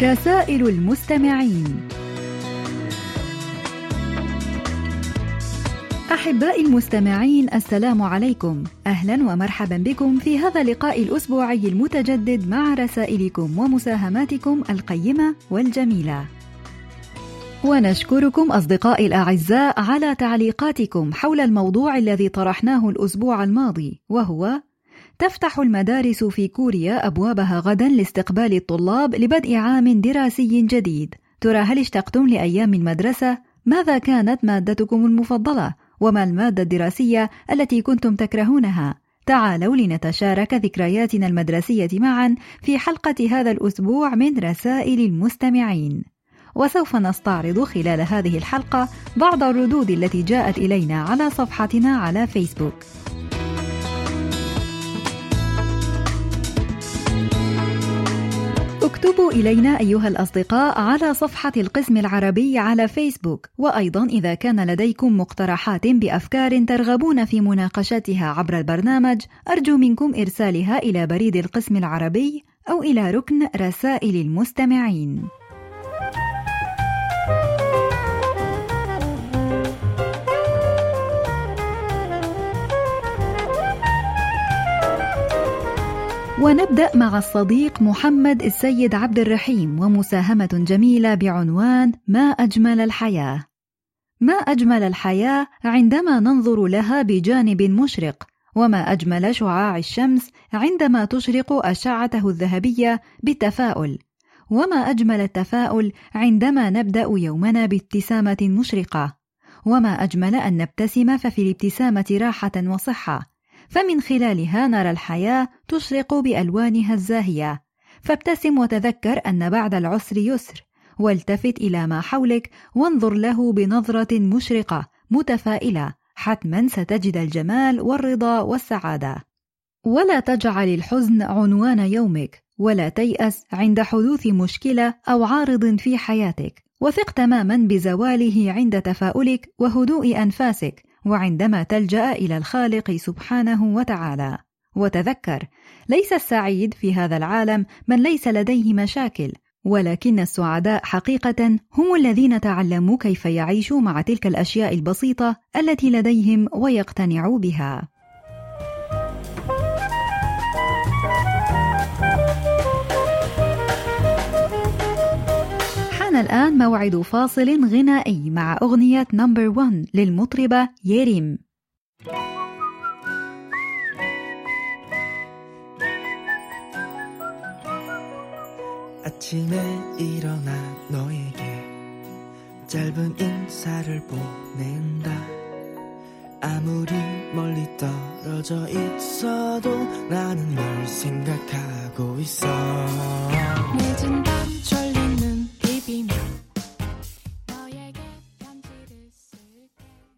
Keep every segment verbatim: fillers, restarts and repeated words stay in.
رسائل المستمعين. أحبائي المستمعين، السلام عليكم، أهلا ومرحبا بكم في هذا اللقاء الأسبوعي المتجدد مع رسائلكم ومساهماتكم القيمة والجميلة. ونشكركم أصدقائي الأعزاء على تعليقاتكم حول الموضوع الذي طرحناه الأسبوع الماضي، وهو تفتح المدارس في كوريا أبوابها غدا لاستقبال الطلاب لبدء عام دراسي جديد. ترى هل اشتقتم لأيام المدرسة؟ ماذا كانت مادتكم المفضلة؟ وما المادة الدراسية التي كنتم تكرهونها؟ تعالوا لنتشارك ذكرياتنا المدرسية معا في حلقة هذا الأسبوع من رسائل المستمعين. وسوف نستعرض خلال هذه الحلقة بعض الردود التي جاءت إلينا على صفحتنا على فيسبوك. اكتبوا إلينا أيها الأصدقاء على صفحة القسم العربي على فيسبوك، وأيضا إذا كان لديكم مقترحات بأفكار ترغبون في مناقشتها عبر البرنامج، أرجو منكم إرسالها إلى بريد القسم العربي أو إلى ركن رسائل المستمعين. ونبدأ مع الصديق محمد السيد عبد الرحيم ومساهمة جميلة بعنوان ما أجمل الحياة. ما أجمل الحياة عندما ننظر لها بجانب مشرق، وما أجمل شعاع الشمس عندما تشرق أشعته الذهبية بالتفاؤل، وما أجمل التفاؤل عندما نبدأ يومنا بابتسامة مشرقة، وما أجمل أن نبتسم ففي الابتسامة راحة وصحة، فمن خلالها نرى الحياة تشرق بألوانها الزاهية. فابتسم وتذكر أن بعد العسر يسر، والتفت إلى ما حولك وانظر له بنظرة مشرقة متفائلة، حتما ستجد الجمال والرضا والسعادة. ولا تجعل الحزن عنوان يومك، ولا تيأس عند حدوث مشكلة أو عارض في حياتك، وثق تماما بزواله عند تفاؤلك وهدوء أنفاسك، وعندما تلجأ إلى الخالق سبحانه وتعالى. وتذكر، ليس السعيد في هذا العالم من ليس لديه مشاكل، ولكن السعداء حقيقة هم الذين تعلموا كيف يعيشوا مع تلك الأشياء البسيطة التي لديهم ويقتنعوا بها. الآن موعد فاصل غنائي مع أغنية نمبر وان للمطربة يريم. 아침에 일어나 너에게 짧은 인사를 보낸다. 아무리 멀리 떨어져 있어도 나는 널 생각하고 있어. 늦은 밤 졸린 눈 비비며 너에게 편지를 쓸게.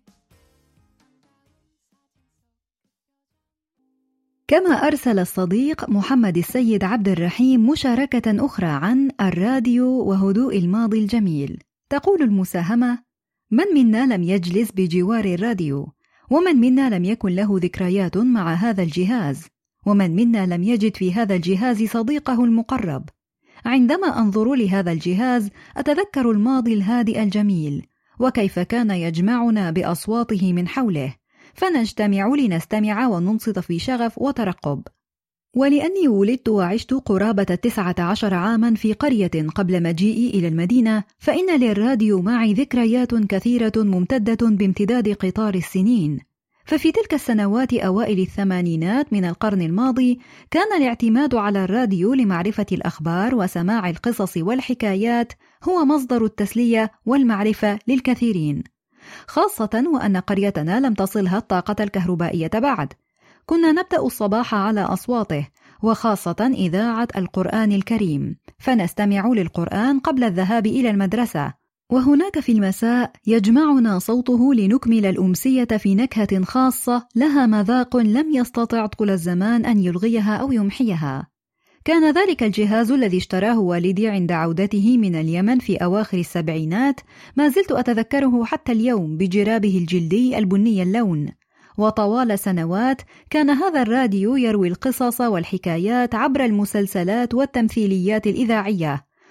كما أرسل الصديق محمد السيد عبد الرحيم مشاركة أخرى عن الراديو وهدوء الماضي الجميل. تقول المساهمة: من منا لم يجلس بجوار الراديو؟ ومن منا لم يكن له ذكريات مع هذا الجهاز؟ ومن منا لم يجد في هذا الجهاز صديقه المقرب؟ عندما أنظر لهذا الجهاز أتذكر الماضي الهادئ الجميل، وكيف كان يجمعنا بأصواته من حوله، فنجتمع لنستمع وننصت في شغف وترقب. ولأني ولدت وعشت قرابة تسعة عشر عاما في قرية قبل مجيئي إلى المدينة، فإن للراديو معي ذكريات كثيرة ممتدة بامتداد قطار السنين. ففي تلك السنوات أوائل الثمانينات من القرن الماضي كان الاعتماد على الراديو لمعرفة الأخبار وسماع القصص والحكايات هو مصدر التسلية والمعرفة للكثيرين، خاصة وأن قريتنا لم تصلها الطاقة الكهربائية بعد. كنا نبدأ الصباح على أصواته، وخاصة إذاعة القرآن الكريم، فنستمع للقرآن قبل الذهاب إلى المدرسة، وهناك في المساء يجمعنا صوته لنكمل الأمسية في نكهة خاصة لها مذاق لم يستطع طول الزمان أن يلغيها أو يمحيها. كان ذلك الجهاز الذي اشتراه والدي عند عودته من اليمن في أواخر السبعينات ما زلت أتذكره حتى اليوم بجرابه الجلدي البني اللون. وطوال سنوات كان هذا الراديو يروي القصص والحكايات عبر المسلسلات والتمثيليات الإذاعية،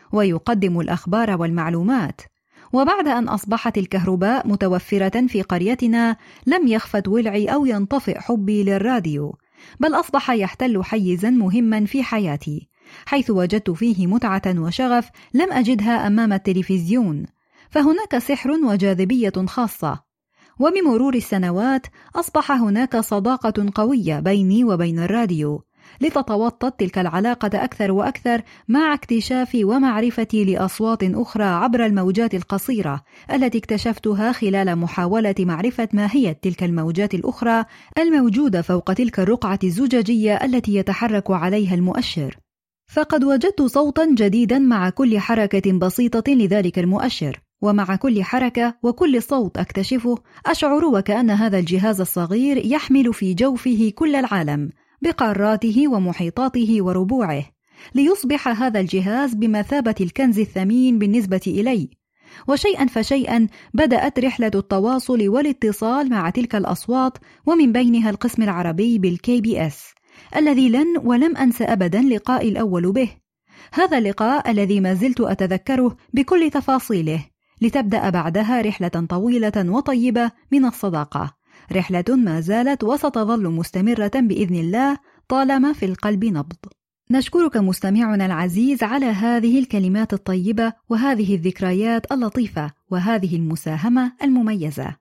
ويقدم الأخبار والمعلومات. وبعد أن أصبحت الكهرباء متوفرة في قريتنا لم يخفت ولعي أو ينطفئ حبي للراديو، بل أصبح يحتل حيزا مهما في حياتي، حيث وجدت فيه متعة وشغف لم أجدها أمام التلفزيون، فهناك سحر وجاذبية خاصة. وبمرور السنوات أصبح هناك صداقة قوية بيني وبين الراديو، لتتوطد تلك العلاقة أكثر وأكثر مع اكتشافي ومعرفتي لأصوات أخرى عبر الموجات القصيرة التي اكتشفتها خلال محاولة معرفة ماهية تلك الموجات الأخرى الموجودة فوق تلك الرقعة الزجاجية التي يتحرك عليها المؤشر. فقد وجدت صوتا جديدا مع كل حركة بسيطة لذلك المؤشر، ومع كل حركة وكل صوت أكتشفه أشعر وكأن هذا الجهاز الصغير يحمل في جوفه كل العالم بقاراته ومحيطاته وربوعه، ليصبح هذا الجهاز بمثابة الكنز الثمين بالنسبة إلي. وشيئا فشيئا بدأت رحلة التواصل والاتصال مع تلك الأصوات، ومن بينها القسم العربي بالكي بي اس الذي لن ولم أنسى أبدا لقائي الأول به. هذا اللقاء الذي ما زلت أتذكره بكل تفاصيله، لتبدأ بعدها رحلة طويلة وطيبة من الصداقة، رحلة ما زالت وستظل مستمرة بإذن الله طالما في القلب نبض. نشكرك مستمعنا العزيز على هذه الكلمات الطيبة وهذه الذكريات اللطيفة وهذه المساهمة المميزة.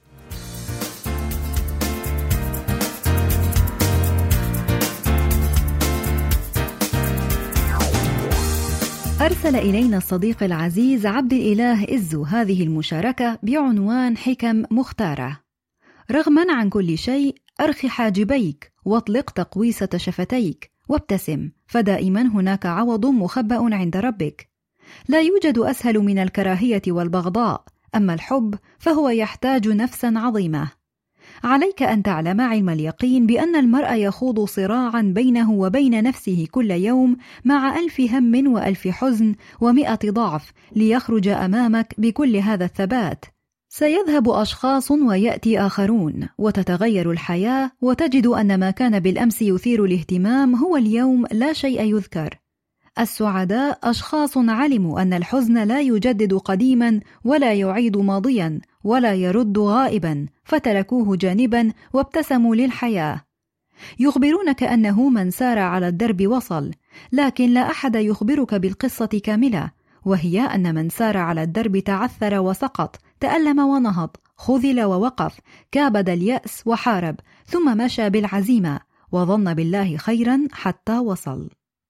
أرسل إلينا الصديق العزيز عبد الإله إزو هذه المشاركة بعنوان حكم مختارة. رغما عن كل شيء أرخي حاجبيك واطلق تقويسة شفتيك وابتسم، فدائما هناك عوض مخبأ عند ربك. لا يوجد أسهل من الكراهية والبغضاء، أما الحب فهو يحتاج نفسا عظيمة. عليك أن تعلم علم اليقين بأن المرء يخوض صراعا بينه وبين نفسه كل يوم مع ألف هم وألف حزن ومئة ضعف ليخرج أمامك بكل هذا الثبات. سيذهب أشخاص ويأتي آخرون، وتتغير الحياة، وتجد أن ما كان بالأمس يثير الاهتمام هو اليوم لا شيء يذكر. السعداء أشخاص علموا أن الحزن لا يجدد قديما ولا يعيد ماضيا ولا يرد غائبا، فتركوه جانبا وابتسموا للحياة. يخبرونك أنه من سار على الدرب وصل، لكن لا أحد يخبرك بالقصة كاملة، وهي أن من سار على الدرب تعثر وسقط، تألم ونهض، خذل ووقف، كابد اليأس وحارب، ثم مشى بالعزيمة وظن بالله خيرا حتى وصل.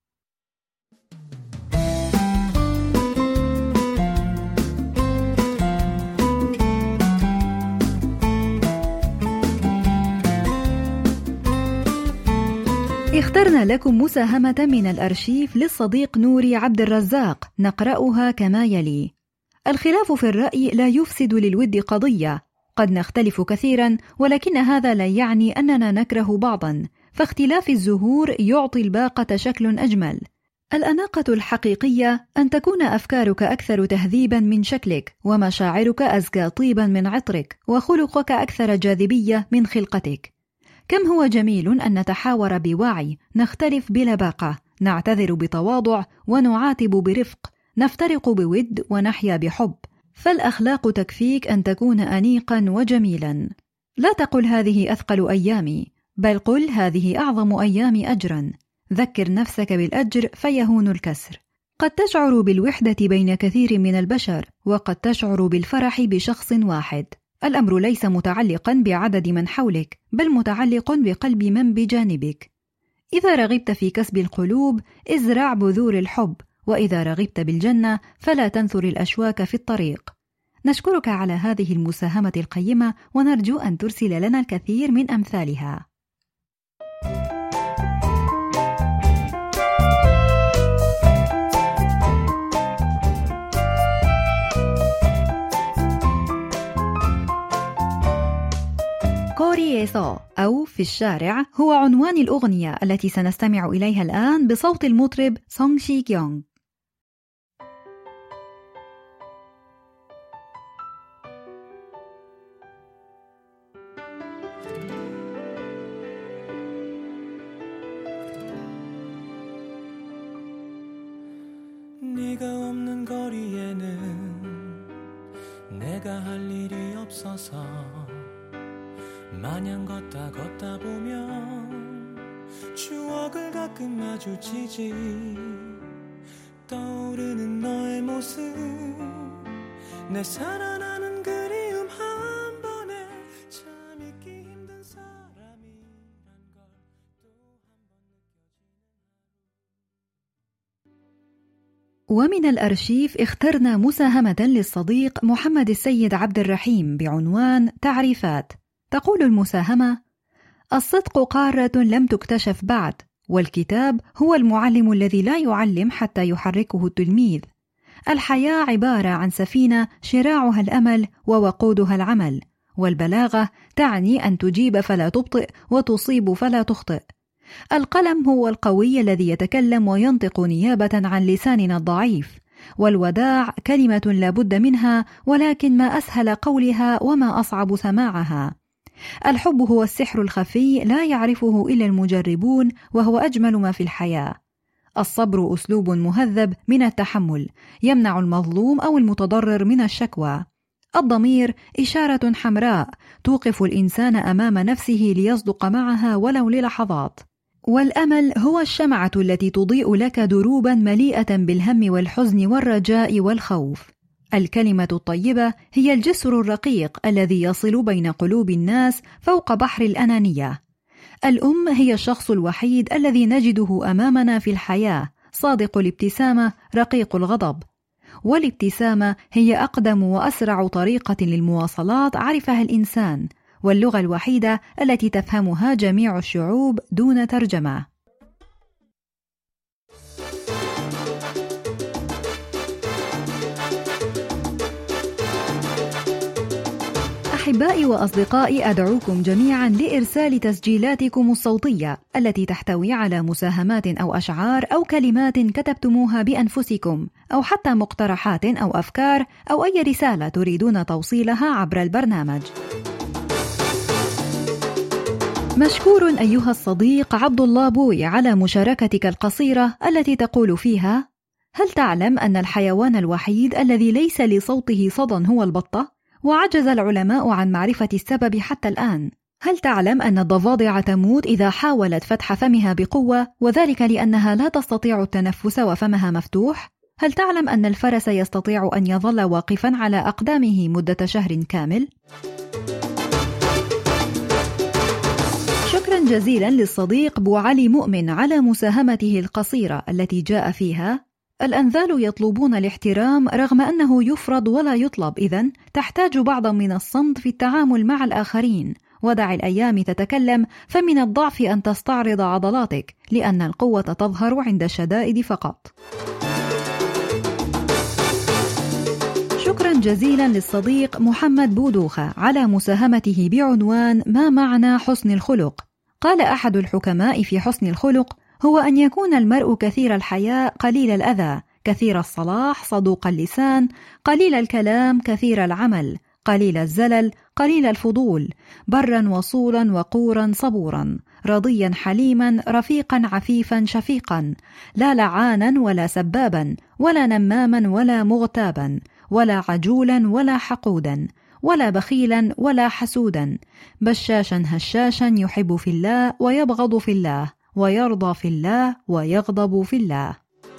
اخترنا لكم مساهمة من الأرشيف للصديق نوري عبد الرزاق، نقرأها كما يلي: الخلاف في الرأي لا يفسد للود قضية، قد نختلف كثيرا ولكن هذا لا يعني أننا نكره بعضا، فاختلاف الزهور يعطي الباقة شكل أجمل. الأناقة الحقيقية أن تكون أفكارك أكثر تهذيبا من شكلك، ومشاعرك أزكى طيبا من عطرك، وخلقك أكثر جاذبية من خلقتك. كم هو جميل أن نتحاور بوعي، نختلف بلباقة، نعتذر بتواضع ونعاتب برفق، نفترق بود ونحيا بحب. فالأخلاق تكفيك أن تكون أنيقا وجميلا. لا تقل هذه أثقل أيامي، بل قل هذه أعظم أيامي أجرا. ذكر نفسك بالأجر فيهون الكسر. قد تشعر بالوحدة بين كثير من البشر، وقد تشعر بالفرح بشخص واحد. الأمر ليس متعلقا بعدد من حولك، بل متعلق بقلب من بجانبك. إذا رغبت في كسب القلوب ازرع بذور الحب، وإذا رغبت بالجنة فلا تنثر الأشواك في الطريق. نشكرك على هذه المساهمة القيمة، ونرجو أن ترسل لنا الكثير من أمثالها. كورييسو أو في الشارع هو عنوان الأغنية التي سنستمع إليها الآن بصوت المطرب سونغ شي كيونغ. 네가 내가 할 일이 없어서 마냥 걷다 걷다 보면 추억을 가끔 마주치지 떠오르는 너의 모습 내 살아나는 그리움 한 번에 참 잊기 힘든 사람이란 걸 또 한 번 느껴지는 ومن الأرشيف اخترنا مساهمة للصديق محمد السيد عبد الرحيم بعنوان تعريفات. تقول المساهمة: الصدق قارة لم تكتشف بعد، والكتاب هو المعلم الذي لا يعلم حتى يحركه التلميذ. الحياة عبارة عن سفينة شراعها الأمل ووقودها العمل، والبلاغة تعني أن تجيب فلا تبطئ وتصيب فلا تخطئ. القلم هو القوي الذي يتكلم وينطق نيابة عن لساننا الضعيف، والوداع كلمة لا بد منها، ولكن ما أسهل قولها وما أصعب سماعها. الحب هو السحر الخفي لا يعرفه إلا المجربون، وهو أجمل ما في الحياة. الصبر أسلوب مهذب من التحمل يمنع المظلوم أو المتضرر من الشكوى. الضمير إشارة حمراء توقف الإنسان أمام نفسه ليصدق معها ولو للحظات. والأمل هو الشمعة التي تضيء لك دروبا مليئة بالهم والحزن والرجاء والخوف. الكلمة الطيبة هي الجسر الرقيق الذي يصل بين قلوب الناس فوق بحر الأنانية. الأم هي الشخص الوحيد الذي نجده أمامنا في الحياة، صادق الابتسامة رقيق الغضب. والابتسامة هي أقدم وأسرع طريقة للمواصلات عرفها الإنسان، واللغة الوحيدة التي تفهمها جميع الشعوب دون ترجمة. أحبائي وأصدقائي، أدعوكم جميعا لإرسال تسجيلاتكم الصوتية التي تحتوي على مساهمات أو أشعار أو كلمات كتبتموها بأنفسكم، أو حتى مقترحات أو أفكار أو أي رسالة تريدون توصيلها عبر البرنامج. مشكور أيها الصديق عبد الله بوي على مشاركتك القصيرة التي تقول فيها: هل تعلم أن الحيوان الوحيد الذي ليس لصوته صدى هو البطة؟ وعجز العلماء عن معرفة السبب حتى الآن. هل تعلم أن الضفادع تموت إذا حاولت فتح فمها بقوة، وذلك لأنها لا تستطيع التنفس وفمها مفتوح؟ هل تعلم أن الفرس يستطيع أن يظل واقفا على أقدامه مدة شهر كامل؟ شكرا جزيلا للصديق بو علي مؤمن على مساهمته القصيرة التي جاء فيها: الأنذال يطلبون الاحترام رغم أنه يفرض ولا يطلب، إذن تحتاج بعضا من الصمت في التعامل مع الآخرين. ودع الأيام تتكلم، فمن الضعف أن تستعرض عضلاتك، لأن القوة تظهر عند الشدائد فقط. شكرا جزيلا للصديق محمد بودوخة على مساهمته بعنوان ما معنى حسن الخلق. قال أحد الحكماء في حسن الخلق: هو أن يكون المرء كثير الحياء قليل الأذى، كثير الصلاح صدوق اللسان، قليل الكلام كثير العمل، قليل الزلل قليل الفضول، برا وصولا وقورا صبورا، رضيا حليما، رفيقا عفيفا شفيقا، لا لعانا ولا سبابا، ولا نماما ولا مغتابا، ولا عجولا ولا حقودا، ولا بخيلا ولا حسودا، بشاشا هشاشا، يحب في الله ويبغض في الله، ويرضى في الله ويغضب في الله.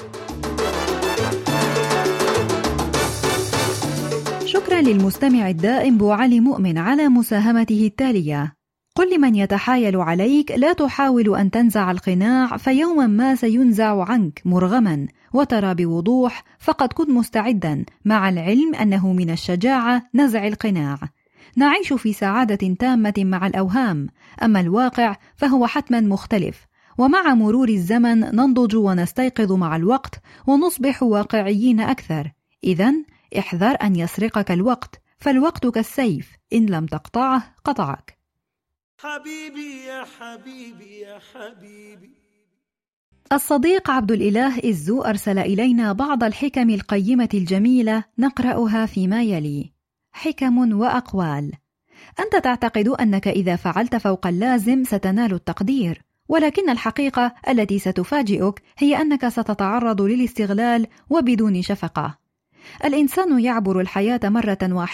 شكرا للمستمع الدائم بو علي مؤمن على مساهمته التالية: قل لمن يتحايل عليك لا تحاول أن تنزع القناع، فيوما ما سينزع عنك مرغما، وترى بوضوح، فقد كن مستعدا، مع العلم أنه من الشجاعة نزع القناع. نعيش في سعادة تامة مع الأوهام، أما الواقع فهو حتما مختلف، ومع مرور الزمن ننضج ونستيقظ مع الوقت ونصبح واقعيين أكثر. إذن احذر أن يسرقك الوقت، فالوقت كالسيف، إن لم تقطعه قطعك. حبيبي يا حبيبي يا حبيبي. الصديق عبد الإله إزو أرسل إلينا بعض الحكم القيمة الجميلة نقرأها فيما يلي: حكم وأقوال. أنت تعتقد أنك إذا فعلت فوق اللازم ستنال التقدير، ولكن الحقيقة التي ستفاجئك هي أنك ستتعرض للاستغلال وبدون شفقة. الإنسان يعبر الحياة مرة واحدة،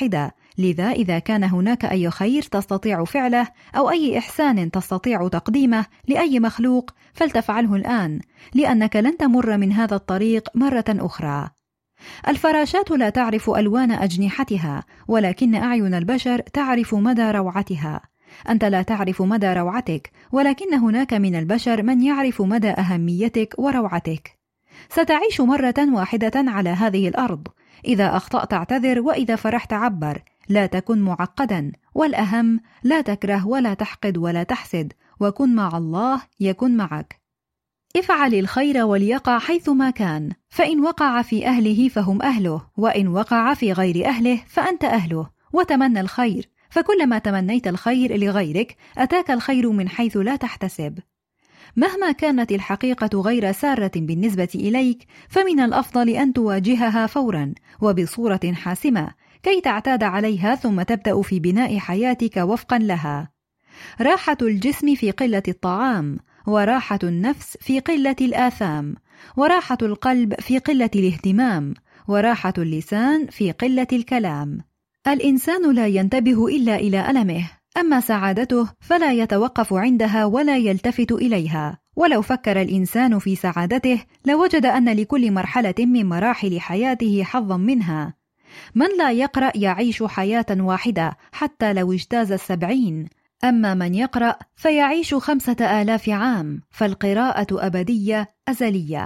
لذا إذا كان هناك أي خير تستطيع فعله أو أي إحسان تستطيع تقديمه لأي مخلوق فلتفعله الآن، لأنك لن تمر من هذا الطريق مرة أخرى. الفراشات لا تعرف ألوان أجنحتها، ولكن أعين البشر تعرف مدى روعتها. أنت لا تعرف مدى روعتك، ولكن هناك من البشر من يعرف مدى أهميتك وروعتك. ستعيش مرة واحدة على هذه الأرض، إذا أخطأت اعتذر، وإذا فرحت عبر، لا تكن معقدا، والأهم لا تكره ولا تحقد ولا تحسد، وكن مع الله يكن معك. افعل الخير وليقع حيثما كان، فإن وقع في أهله فهم أهله، وإن وقع في غير أهله فأنت أهله، وتمنى الخير، فكلما تمنيت الخير لغيرك أتاك الخير من حيث لا تحتسب. مهما كانت الحقيقة غير سارة بالنسبة إليك، فمن الأفضل أن تواجهها فورا وبصورة حاسمة كي تعتاد عليها، ثم تبدأ في بناء حياتك وفقا لها. راحة الجسم في قلة الطعام، وراحة النفس في قلة الآثام، وراحة القلب في قلة الاهتمام، وراحة اللسان في قلة الكلام. الإنسان لا ينتبه إلا إلى ألمه، أما سعادته فلا يتوقف عندها ولا يلتفت إليها. ولو فكر الإنسان في سعادته لوجد أن لكل مرحلة من مراحل حياته حظا منها. من لا يقرأ يعيش حياة واحدة حتى لو اجتاز السبعين، أما من يقرأ فيعيش خمسة آلاف عام، فالقراءة أبدية أزلية.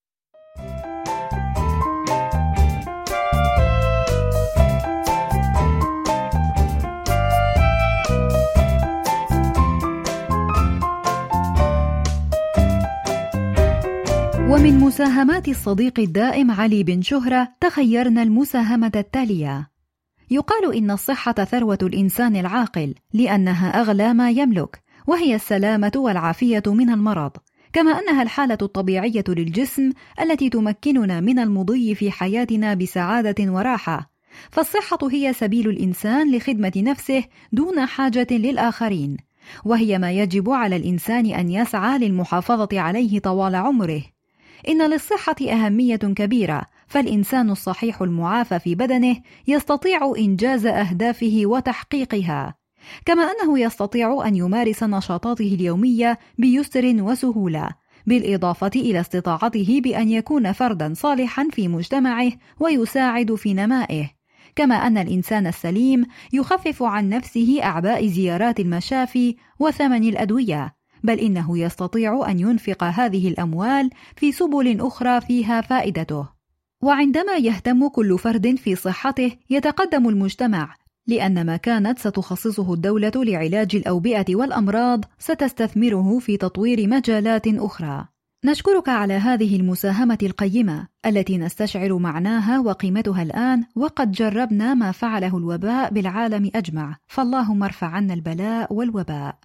ومن مساهمات الصديق الدائم علي بن شهرة تخيرنا المساهمة التالية: يقال إن الصحة ثروة الإنسان العاقل، لأنها أغلى ما يملك، وهي السلامة والعافية من المرض، كما أنها الحالة الطبيعية للجسم التي تمكننا من المضي في حياتنا بسعادة وراحة. فالصحة هي سبيل الإنسان لخدمة نفسه دون حاجة للآخرين، وهي ما يجب على الإنسان أن يسعى للمحافظة عليه طوال عمره. إن للصحة أهمية كبيرة، فالإنسان الصحيح المعافى في بدنه يستطيع إنجاز أهدافه وتحقيقها، كما أنه يستطيع أن يمارس نشاطاته اليومية بيسر وسهولة، بالإضافة إلى استطاعته بأن يكون فردا صالحا في مجتمعه ويساعد في نمائه. كما أن الإنسان السليم يخفف عن نفسه أعباء زيارات المشافي وثمن الأدوية، بل إنه يستطيع أن ينفق هذه الأموال في سبل أخرى فيها فائدته. وعندما يهتم كل فرد في صحته يتقدم المجتمع، لأن ما كانت ستخصصه الدولة لعلاج الأوبئة والأمراض ستستثمره في تطوير مجالات أخرى. نشكرك على هذه المساهمة القيمة التي نستشعر معناها وقيمتها الآن، وقد جربنا ما فعله الوباء بالعالم أجمع، فاللهم ارفع عنا البلاء والوباء.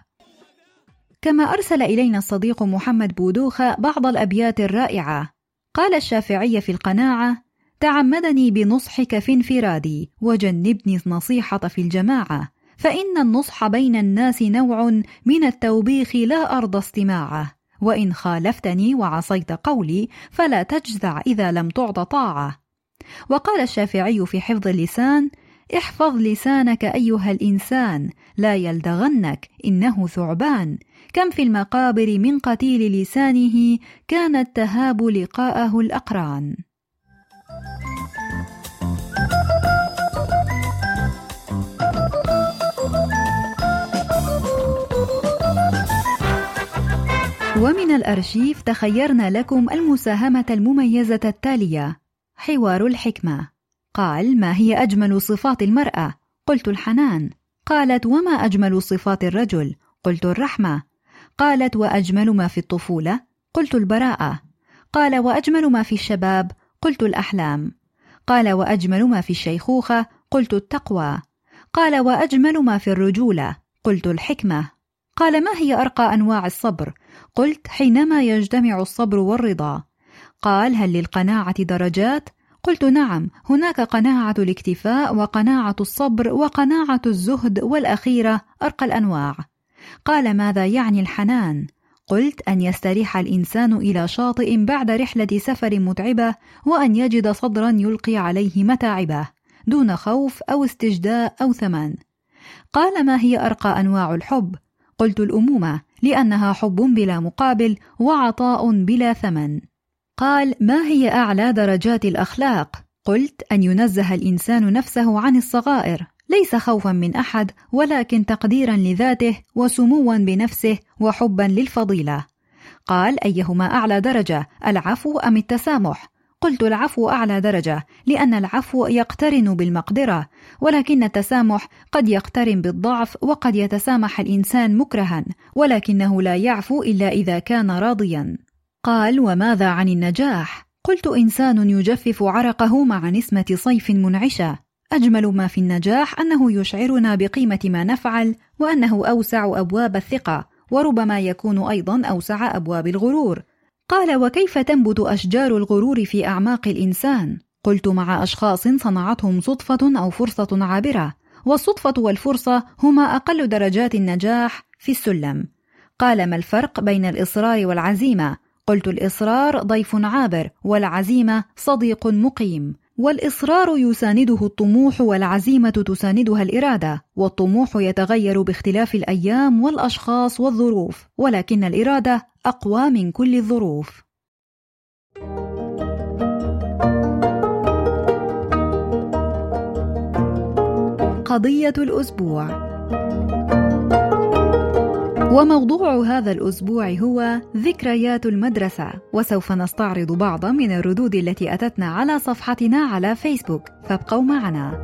كما أرسل إلينا الصديق محمد بودوخة بعض الأبيات الرائعة. قال الشافعي في القناعة: تعمدني بنصحك في انفرادي، وجنبني النصيحة في الجماعة، فإن النصح بين الناس نوع من التوبيخ لا أرضى استماعه، وإن خالفتني وعصيت قولي فلا تجزع إذا لم تعط طاعة. وقال الشافعي في حفظ اللسان: احفظ لسانك أيها الإنسان، لا يلدغنك إنه ثعبان، كم في المقابر من قتيل لسانه كانت تهاب لقاءه الأقران. ومن الأرشيف تخيرنا لكم المساهمة المميزة التالية: حوار الحكمة. قال: ما هي أجمل صفات المرأة؟ قلت: الحنان. قالت: وما أجمل صفات الرجل؟ قلت: الرحمة. قالت: وأجمل ما في الطفولة؟ قلت: البراءة. قال: وأجمل ما في الشباب؟ قلت: الأحلام. قال: وأجمل ما في الشيخوخة؟ قلت: التقوى. قال: وأجمل ما في الرجولة؟ قلت: الحكمة. قال: ما هي أرقى أنواع الصبر؟ قلت: حينما يجتمع الصبر والرضا. قال: هل للقناعة درجات؟ قلت: نعم، هناك قناعة الاكتفاء وقناعة الصبر وقناعة الزهد، والأخيرة أرقى الأنواع. قال: ماذا يعني الحنان؟ قلت: أن يستريح الإنسان إلى شاطئ بعد رحلة سفر متعبة، وأن يجد صدرا يلقي عليه متاعبه، دون خوف أو استجداء أو ثمان. قال: ما هي أرقى أنواع الحب؟ قلت: الأمومة، لأنها حب بلا مقابل وعطاء بلا ثمن. قال: ما هي أعلى درجات الأخلاق؟ قلت: أن ينزه الإنسان نفسه عن الصغائر، ليس خوفا من أحد ولكن تقديرا لذاته وسموا بنفسه وحبا للفضيلة. قال: أيهما أعلى درجة، العفو أم التسامح؟ قلت: العفو أعلى درجة، لأن العفو يقترن بالمقدرة، ولكن التسامح قد يقترن بالضعف، وقد يتسامح الإنسان مكرها، ولكنه لا يعفو إلا إذا كان راضيا. قال: وماذا عن النجاح؟ قلت: إنسان يجفف عرقه مع نسمة صيف منعشة. أجمل ما في النجاح أنه يشعرنا بقيمة ما نفعل، وأنه أوسع أبواب الثقة، وربما يكون أيضا أوسع أبواب الغرور. قال: وكيف تنبت أشجار الغرور في أعماق الإنسان؟ قلت: مع أشخاص صنعتهم صدفة أو فرصة عابرة، والصدفة والفرصة هما أقل درجات النجاح في السلم. قال: ما الفرق بين الإصرار والعزيمة؟ قلت: الإصرار ضيف عابر، والعزيمة صديق مقيم. والإصرار يسانده الطموح، والعزيمة تساندها الإرادة، والطموح يتغير باختلاف الأيام والأشخاص والظروف، ولكن الإرادة أقوى من كل الظروف. قضية الأسبوع. وموضوع هذا الأسبوع هو ذكريات المدرسة، وسوف نستعرض بعضا من الردود التي أتتنا على صفحتنا على فيسبوك، فابقوا معنا.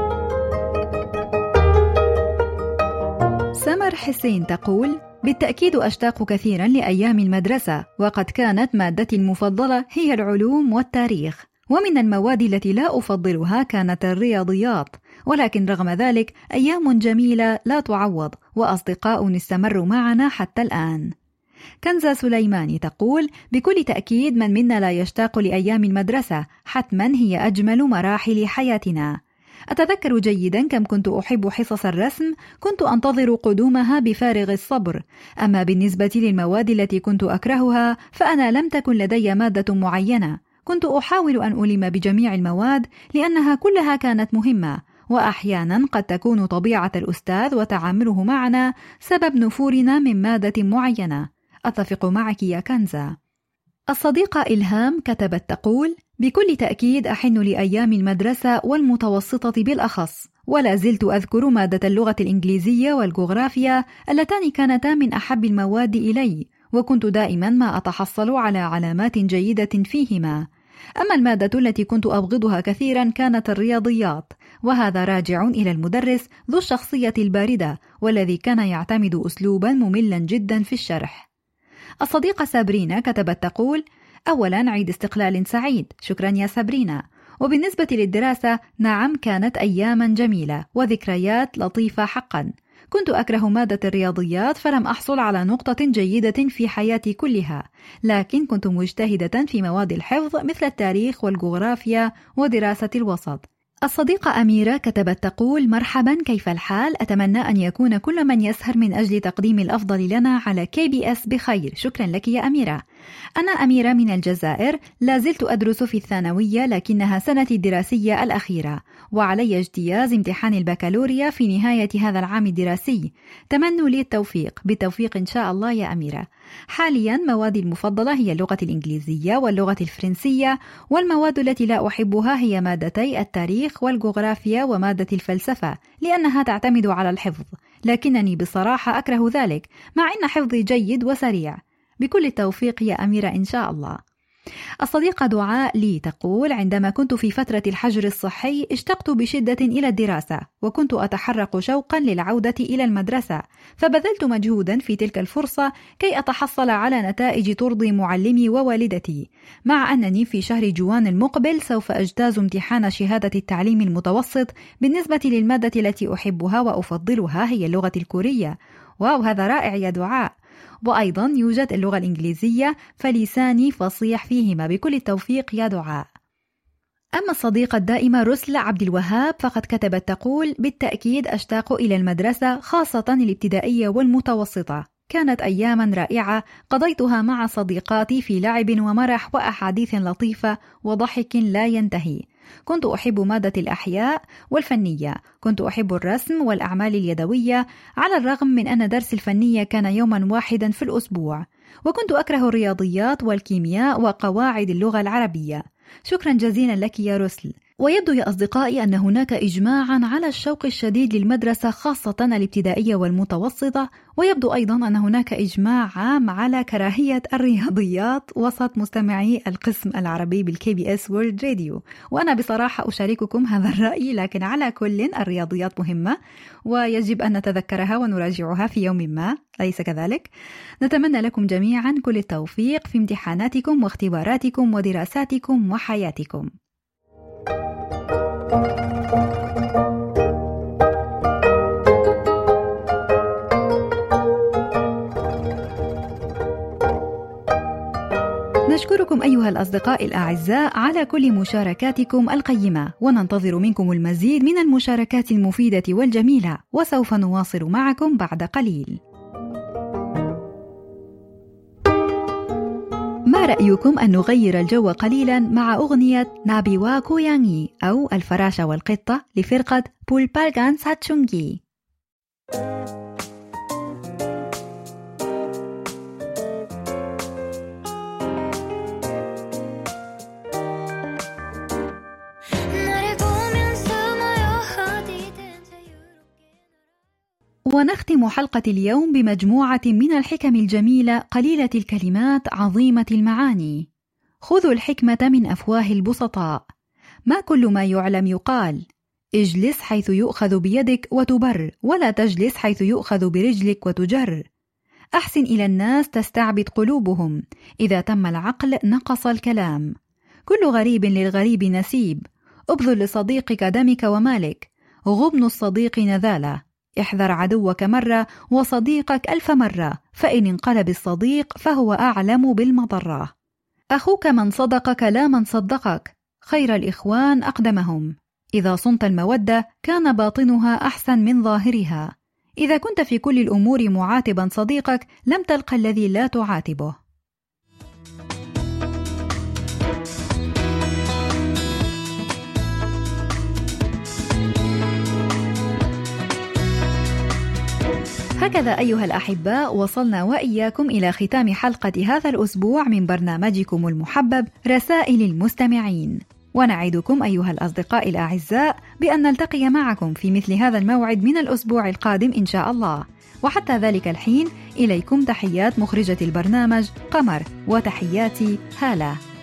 سمر حسين تقول: بالتأكيد أشتاق كثيرا لأيام المدرسة، وقد كانت مادتي المفضلة هي العلوم والتاريخ، ومن المواد التي لا أفضلها كانت الرياضيات، ولكن رغم ذلك أيام جميلة لا تعوض، وأصدقاء استمروا معنا حتى الآن. كنزة سليماني تقول: بكل تأكيد من منا لا يشتاق لأيام المدرسة، حتما هي أجمل مراحل حياتنا. أتذكر جيدا كم كنت أحب حصص الرسم، كنت أنتظر قدومها بفارغ الصبر. أما بالنسبة للمواد التي كنت أكرهها فأنا لم تكن لدي مادة معينة، كنت أحاول أن ألم بجميع المواد لأنها كلها كانت مهمة، وأحيانا قد تكون طبيعة الأستاذ وتعامله معنا سبب نفورنا من مادة معينة. أتفق معك يا كنزة. الصديقة إلهام كتبت تقول: بكل تأكيد أحن لأيام المدرسة والمتوسطة بالأخص، ولا زلت أذكر مادة اللغة الإنجليزية والجغرافيا اللتان كانتا من أحب المواد إلي، وكنت دائما ما أتحصل على علامات جيدة فيهما. أما المادة التي كنت أبغضها كثيرا كانت الرياضيات، وهذا راجع إلى المدرس ذو الشخصية الباردة، والذي كان يعتمد أسلوبا مملا جدا في الشرح. الصديقة سابرينا كتبت تقول: أولا عيد استقلال سعيد، شكرا يا سابرينا. وبالنسبة للدراسة، نعم كانت أياما جميلة وذكريات لطيفة حقا. كنت أكره مادة الرياضيات فلم أحصل على نقطة جيدة في حياتي كلها، لكن كنت مجتهدة في مواد الحفظ مثل التاريخ والجغرافيا ودراسة الوسط. الصديقة أميرة كتبت تقول: مرحبا، كيف الحال؟ أتمنى أن يكون كل من يسهر من أجل تقديم الأفضل لنا على كي بي إس بخير. شكرا لك يا أميرة. أنا أميرة من الجزائر، لا زلت أدرس في الثانوية، لكنها سنتي الدراسية الأخيرة، وعلي اجتياز امتحان البكالوريا في نهاية هذا العام الدراسي. تمنوا لي التوفيق. بالتوفيق إن شاء الله يا أميرة. حاليا موادي المفضلة هي اللغة الإنجليزية واللغة الفرنسية، والمواد التي لا أحبها هي مادتي التاريخ والجغرافيا ومادة الفلسفة، لأنها تعتمد على الحفظ، لكنني بصراحة أكره ذلك مع أن حفظي جيد وسريع. بكل التوفيق يا أميرة إن شاء الله. الصديقة دعاء لي تقول: عندما كنت في فترة الحجر الصحي اشتقت بشدة إلى الدراسة، وكنت أتحرق شوقا للعودة إلى المدرسة، فبذلت مجهودا في تلك الفرصة كي أتحصل على نتائج ترضي معلمي ووالدتي، مع أنني في شهر جوان المقبل سوف أجتاز امتحان شهادة التعليم المتوسط بالنسبة للمادة التي أحبها وأفضلها هي اللغة الكورية. واو، هذا رائع يا دعاء. وأيضا يوجد اللغة الإنجليزية، فلساني فصيح فيهما. بكل التوفيق يا دعاء. أما الصديقة الدائمة رسل عبد الوهاب فقد كتبت تقول: بالتأكيد أشتاق إلى المدرسة، خاصة الابتدائية والمتوسطة. كانت أياما رائعة قضيتها مع صديقاتي في لعب ومرح وأحاديث لطيفة وضحك لا ينتهي. كنت أحب مادة الأحياء والفنية. كنت أحب الرسم والأعمال اليدوية على الرغم من أن درس الفنية كان يوما واحدا في الأسبوع. وكنت أكره الرياضيات والكيمياء وقواعد اللغة العربية. شكرا جزيلا لك يا رسل. ويبدو يا أصدقائي أن هناك إجماعا على الشوق الشديد للمدرسة خاصة الابتدائية والمتوسطة، ويبدو أيضا أن هناك إجماع عام على كراهية الرياضيات وسط مستمعي القسم العربي بالكي بي اس وورلد راديو. وأنا بصراحة أشارككم هذا الرأي، لكن على كل الرياضيات مهمة ويجب أن نتذكرها ونراجعها في يوم ما، أليس كذلك؟ نتمنى لكم جميعا كل التوفيق في امتحاناتكم واختباراتكم ودراساتكم وحياتكم. نشكركم أيها الأصدقاء الأعزاء على كل مشاركاتكم القيمة، وننتظر منكم المزيد من المشاركات المفيدة والجميلة، وسوف نواصل معكم بعد قليل. ما رأيكم أن نغير الجو قليلا مع أغنية نابيوا كويانغي أو الفراشة والقطة لفرقة بولبالغان ساتشونغي؟ ونختم حلقة اليوم بمجموعة من الحكم الجميلة قليلة الكلمات عظيمة المعاني. خذوا الحكمة من أفواه البسطاء. ما كل ما يعلم يقال. اجلس حيث يؤخذ بيدك وتبر، ولا تجلس حيث يؤخذ برجلك وتجر. أحسن إلى الناس تستعبد قلوبهم. إذا تم العقل نقص الكلام. كل غريب للغريب نسيب. ابذل لصديقك دمك ومالك. غبن الصديق نذالة. احذر عدوك مرة وصديقك ألف مرة، فإن انقلب الصديق فهو أعلم بالمضرة. أخوك من صدقك لا من صدقك. خير الإخوان أقدمهم. إذا صنت المودة كان باطنها أحسن من ظاهرها. إذا كنت في كل الأمور معاتبا صديقك لم تلق الذي لا تعاتبه. هكذا أيها الأحباء وصلنا وإياكم إلى ختام حلقة هذا الأسبوع من برنامجكم المحبب رسائل المستمعين، ونعدكم أيها الأصدقاء الأعزاء بأن نلتقي معكم في مثل هذا الموعد من الأسبوع القادم إن شاء الله. وحتى ذلك الحين إليكم تحيات مخرجة البرنامج قمر، وتحياتي هالة.